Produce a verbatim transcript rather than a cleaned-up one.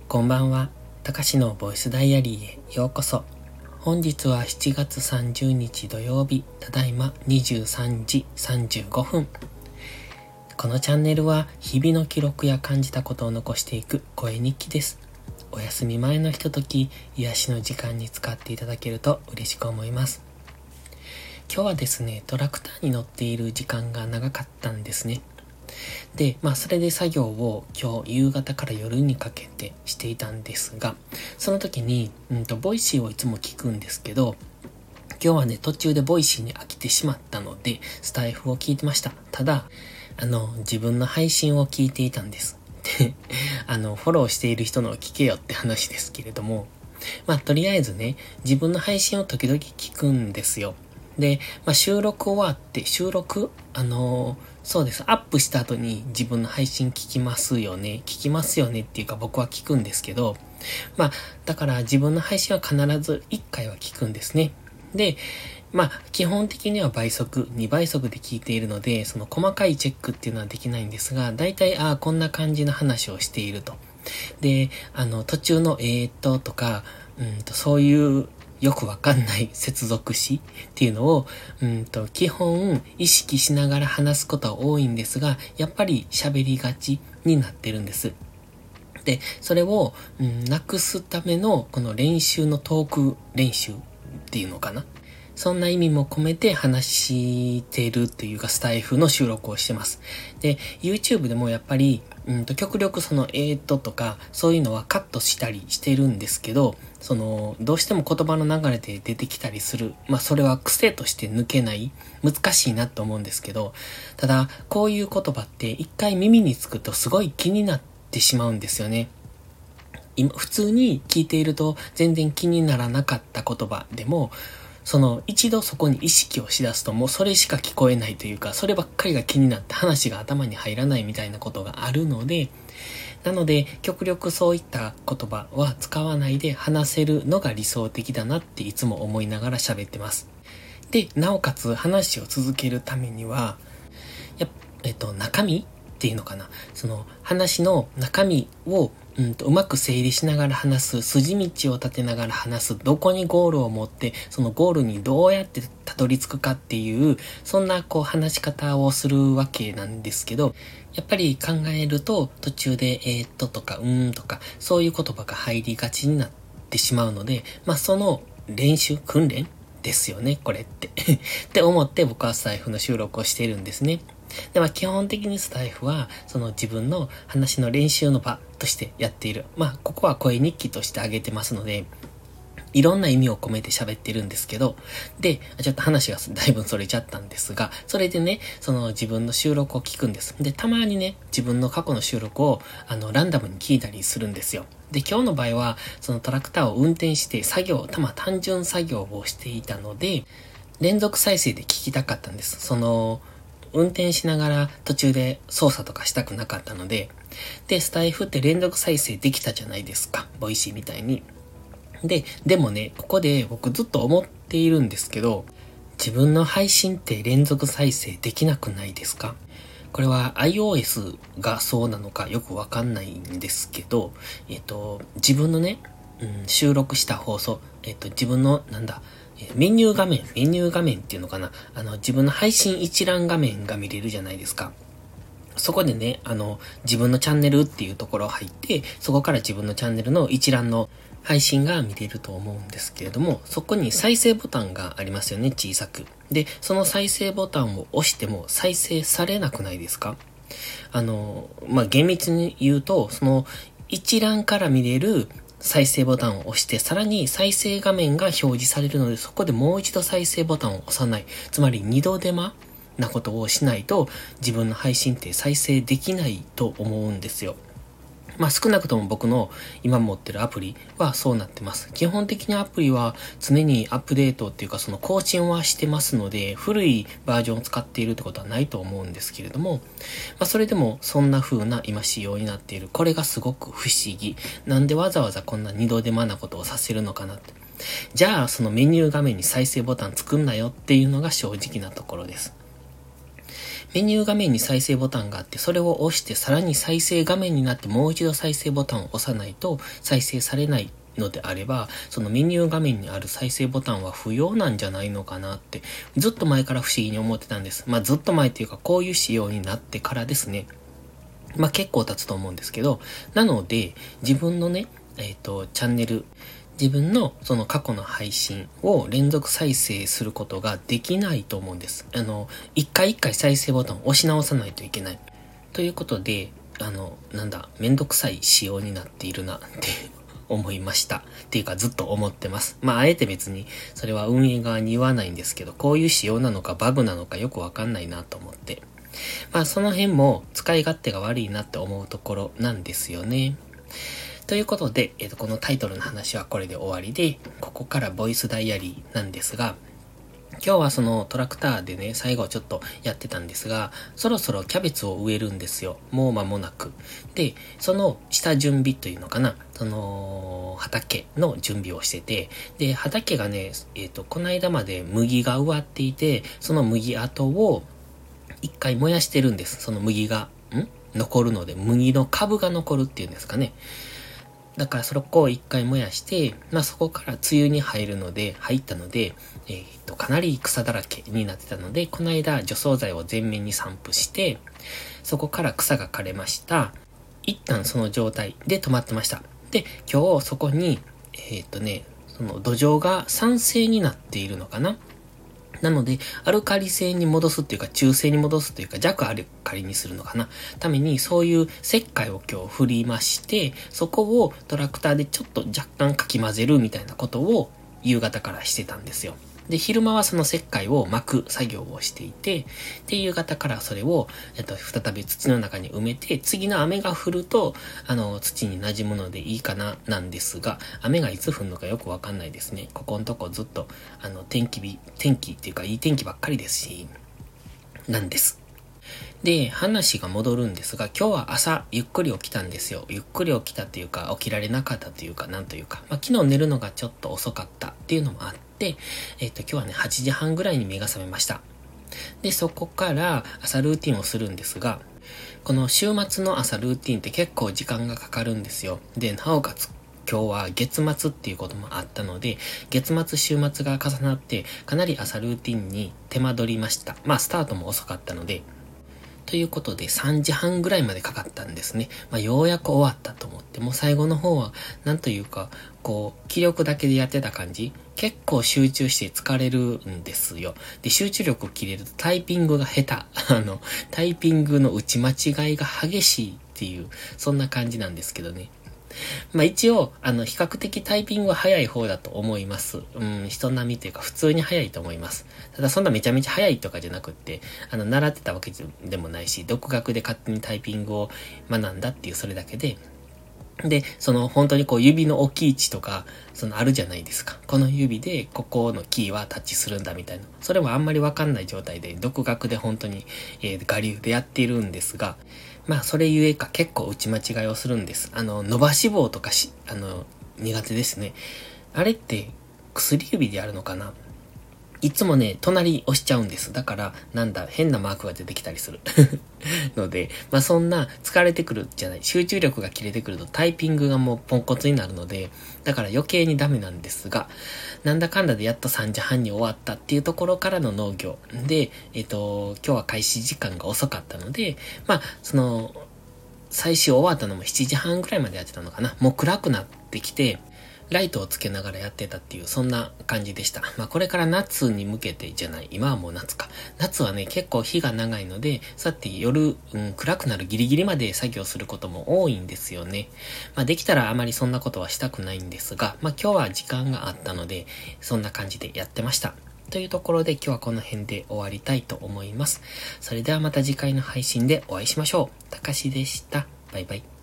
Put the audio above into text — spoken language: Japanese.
こんばんは。たかしのボイスダイアリーへようこそ。本日はしちがつさんじゅうにち土曜日、ただいまにじゅうさんじさんじゅうごふん。このチャンネルは日々の記録や感じたことを残していく声日記です。お休み前のひととき、癒しの時間に使っていただけると嬉しく思います。今日はですね、トラクターに乗っている時間が長かったんですね。で、まあそれで作業を今日夕方から夜にかけてしていたんですが、その時に、うんと、ボイシーをいつも聞くんですけど、今日はね、途中でボイシーに飽きてしまったので、スタイフを聞いてました。ただ、あの、自分の配信を聞いていたんです。で、あの、フォローしている人のを聞けよって話ですけれども、まあとりあえずね、自分の配信を時々聞くんですよ。で、まあ、収録終わって、収録あのー、そうです。アップした後に自分の配信聞きますよね。聞きますよねっていうか僕は聞くんですけど、まあ、だから自分の配信は必ずいっかいは聞くんですね。で、まあ、基本的には倍速、にばい速で聞いているので、その細かいチェックっていうのはできないんですが、だいたい、ああ、こんな感じの話をしていると。で、あの、途中のえーっととか、うんと、そういうよくわかんない接続詞っていうのを、うんと、基本意識しながら話すことは多いんですが、やっぱり喋りがちになってるんです。で、それを、うん、なくすためのこの練習のトーク練習っていうのかな。そんな意味も込めて話してるというかスタイフの収録をしてます。で、YouTube でもやっぱり、うんと極力そのえーととかそういうのはカットしたりしてるんですけど、そのどうしても言葉の流れで出てきたりする。まあそれは癖として抜けない。難しいなと思うんですけど、ただこういう言葉って一回耳につくとすごい気になってしまうんですよね。今普通に聞いていると全然気にならなかった言葉でも、その一度そこに意識をしだすともうそれしか聞こえないというか、そればっかりが気になって話が頭に入らないみたいなことがあるので、なので極力そういった言葉は使わないで話せるのが理想的だなっていつも思いながら喋ってます。で、なおかつ話を続けるためには、やえっと、中身っていうのかな。その話の中身をうんとうまく整理しながら話す、筋道を立てながら話す、どこにゴールを持って、そのゴールにどうやってたどり着くかっていう、そんなこう話し方をするわけなんですけど、やっぱり考えると途中でえーっととかうーんとかそういう言葉が入りがちになってしまうので、まあその練習、訓練ですよね、これって。って思って僕はスタイフの収録をしているんですね。で、まあ基本的にスタイフは、その自分の話の練習の場としてやっている。まあここは声日記としてあげてますので、いろんな意味を込めて喋ってるんですけど、で、ちょっと話がだいぶそれちゃったんですが、それでね、その自分の収録を聞くんです。で、たまにね、自分の過去の収録を、あの、ランダムに聞いたりするんですよ。で、今日の場合は、そのトラクターを運転して作業、たま単純作業をしていたので、連続再生で聞きたかったんです。その、運転しながら途中で操作とかしたくなかったので、で、スタイフって連続再生できたじゃないですか。ボイシーみたいに。で、でもね、ここで僕ずっと思っているんですけど、自分の配信って連続再生できなくないですか？これは iOS がそうなのかよくわかんないんですけど、えっと、自分のね、うん、収録した放送、えっと、自分の、なんだ、メニュー画面、メニュー画面っていうのかな。あの、自分の配信一覧画面が見れるじゃないですか。そこでね、あの、自分のチャンネルっていうところ入って、そこから自分のチャンネルの一覧の配信が見れると思うんですけれども、そこに再生ボタンがありますよね、小さく。で、その再生ボタンを押しても再生されなくないですか？あの、まあ、厳密に言うと、その一覧から見れる再生ボタンを押して、さらに再生画面が表示されるので、そこでもう一度再生ボタンを押さない。つまり二度手間なことをしないと、自分の配信って再生できないと思うんですよ。まあ少なくとも僕の今持ってるアプリはそうなってます。基本的にアプリは常にアップデートっていうかその更新はしてますので、古いバージョンを使っているってことはないと思うんですけれども、まあそれでもそんな風な今仕様になっている。これがすごく不思議。なんでわざわざこんな二度手間なことをさせるのかなって。じゃあそのメニュー画面に再生ボタン作んなよっていうのが正直なところです。 メニュー画面に再生ボタンがあって、それを押してさらに再生画面になってもう一度再生ボタンを押さないと再生されないのであれば、そのメニュー画面にある再生ボタンは不要なんじゃないのかなってずっと前から不思議に思ってたんです。まあずっと前っていうかこういう仕様になってからですね。まあ結構経つと思うんですけど、なので自分のね、えっと、チャンネル、自分のその過去の配信を連続再生することができないと思うんです。あの、一回一回再生ボタンを押し直さないといけない。ということで、あの、なんだ、めんどくさい仕様になっているなって思いました。っていうかずっと思ってます。まあ、あえて別にそれは運営側に言わないんですけど、こういう仕様なのかバグなのかよくわかんないなと思って。まあ、その辺も使い勝手が悪いなって思うところなんですよね。ということで、えっと、このタイトルの話はこれで終わりで、ここからボイスダイアリーなんですが、今日はそのトラクターでね、最後ちょっとやってたんですが、そろそろキャベツを植えるんですよ。もう間もなく。で、その下準備というのかな、その畑の準備をしてて、で、畑がね、えっと、この間まで麦が植わっていて、その麦跡を一回燃やしてるんです。その麦が、ん残るので、麦の株が残るっていうんですかね。だからそこを一回燃やして、まあそこから梅雨に入るので、入ったので、えー、っと、かなり草だらけになってたので、この間除草剤を全面に散布して、そこから草が枯れました。一旦その状態で止まってました。で、今日そこに、えー、っとね、その土壌が酸性になっているのかな？なので、アルカリ性に戻すっていうか、中性に戻すというか、弱アルカリにするのかなために、そういう石灰を今日振りまして、そこをトラクターでちょっと若干かき混ぜるみたいなことを夕方からしてたんですよ。で、昼間はその石灰を巻く作業をしていて、で、夕方からそれを、えっと、再び土の中に埋めて、次の雨が降ると、あの、土に馴染むのでいいかな、なんですが、雨がいつ降るのかよくわかんないですね。ここのとこずっと、あの、天気日、天気っていうか、いい天気ばっかりですし、なんです。で、話が戻るんですが、今日は朝ゆっくり起きたんですよ。ゆっくり起きたっていうか、起きられなかったというか、なんというか、まあ、昨日寝るのがちょっと遅かったっていうのもあって、えっと、今日はね、はちじはんぐらいに目が覚めました。で、そこから朝ルーティンをするんですが、この週末の朝ルーティンって結構時間がかかるんですよ。で、なおかつ、今日は月末っていうこともあったので、月末週末が重なって、かなり朝ルーティンに手間取りました。まあ、スタートも遅かったので、ということでさんじはんぐらいまでかかったんですね。まあ、ようやく終わったと思って、もう最後の方は、なんというか、こう、気力だけでやってた感じ、結構集中して疲れるんですよ。で、集中力を切れるとタイピングが下手。あの、タイピングの打ち間違いが激しいっていう、そんな感じなんですけどね。まあ一応、あの、比較的タイピングは早い方だと思います。うん、人並みというか普通に早いと思います。ただそんなめちゃめちゃ早いとかじゃなくって、あの、習ってたわけでもないし、独学で勝手にタイピングを学んだっていうそれだけで、で、その本当にこう指の置き位置とか、そのあるじゃないですか。この指でここのキーはタッチするんだみたいな。それもあんまりわかんない状態で、独学で本当に、えー、我流でやっているんですが、まあそれゆえか結構打ち間違いをするんです。あの、伸ばし棒とかし、あの、苦手ですね。あれって薬指でやるのかないつもね、隣押しちゃうんです。だから、なんだ、変なマークが出てきたりする。ので、まあそんな疲れてくるじゃない、集中力が切れてくるとタイピングがもうポンコツになるので、だから余計にダメなんですが、なんだかんだでやっとさんじはんに終わったっていうところからの農業。で、えっと、今日は開始時間が遅かったので、まあ、その、最終終わったのもしちじはんぐらいまでやってたのかな。もう暗くなってきて、ライトをつけながらやってたっていう、そんな感じでした。まあこれから夏に向けてじゃない、今はもう夏か。夏はね、結構日が長いので、そうやって夜、うん、暗くなるギリギリまで作業することも多いんですよね。まあできたらあまりそんなことはしたくないんですが、まあ今日は時間があったので、そんな感じでやってました。というところで今日はこの辺で終わりたいと思います。それではまた次回の配信でお会いしましょう。たかしでした。バイバイ。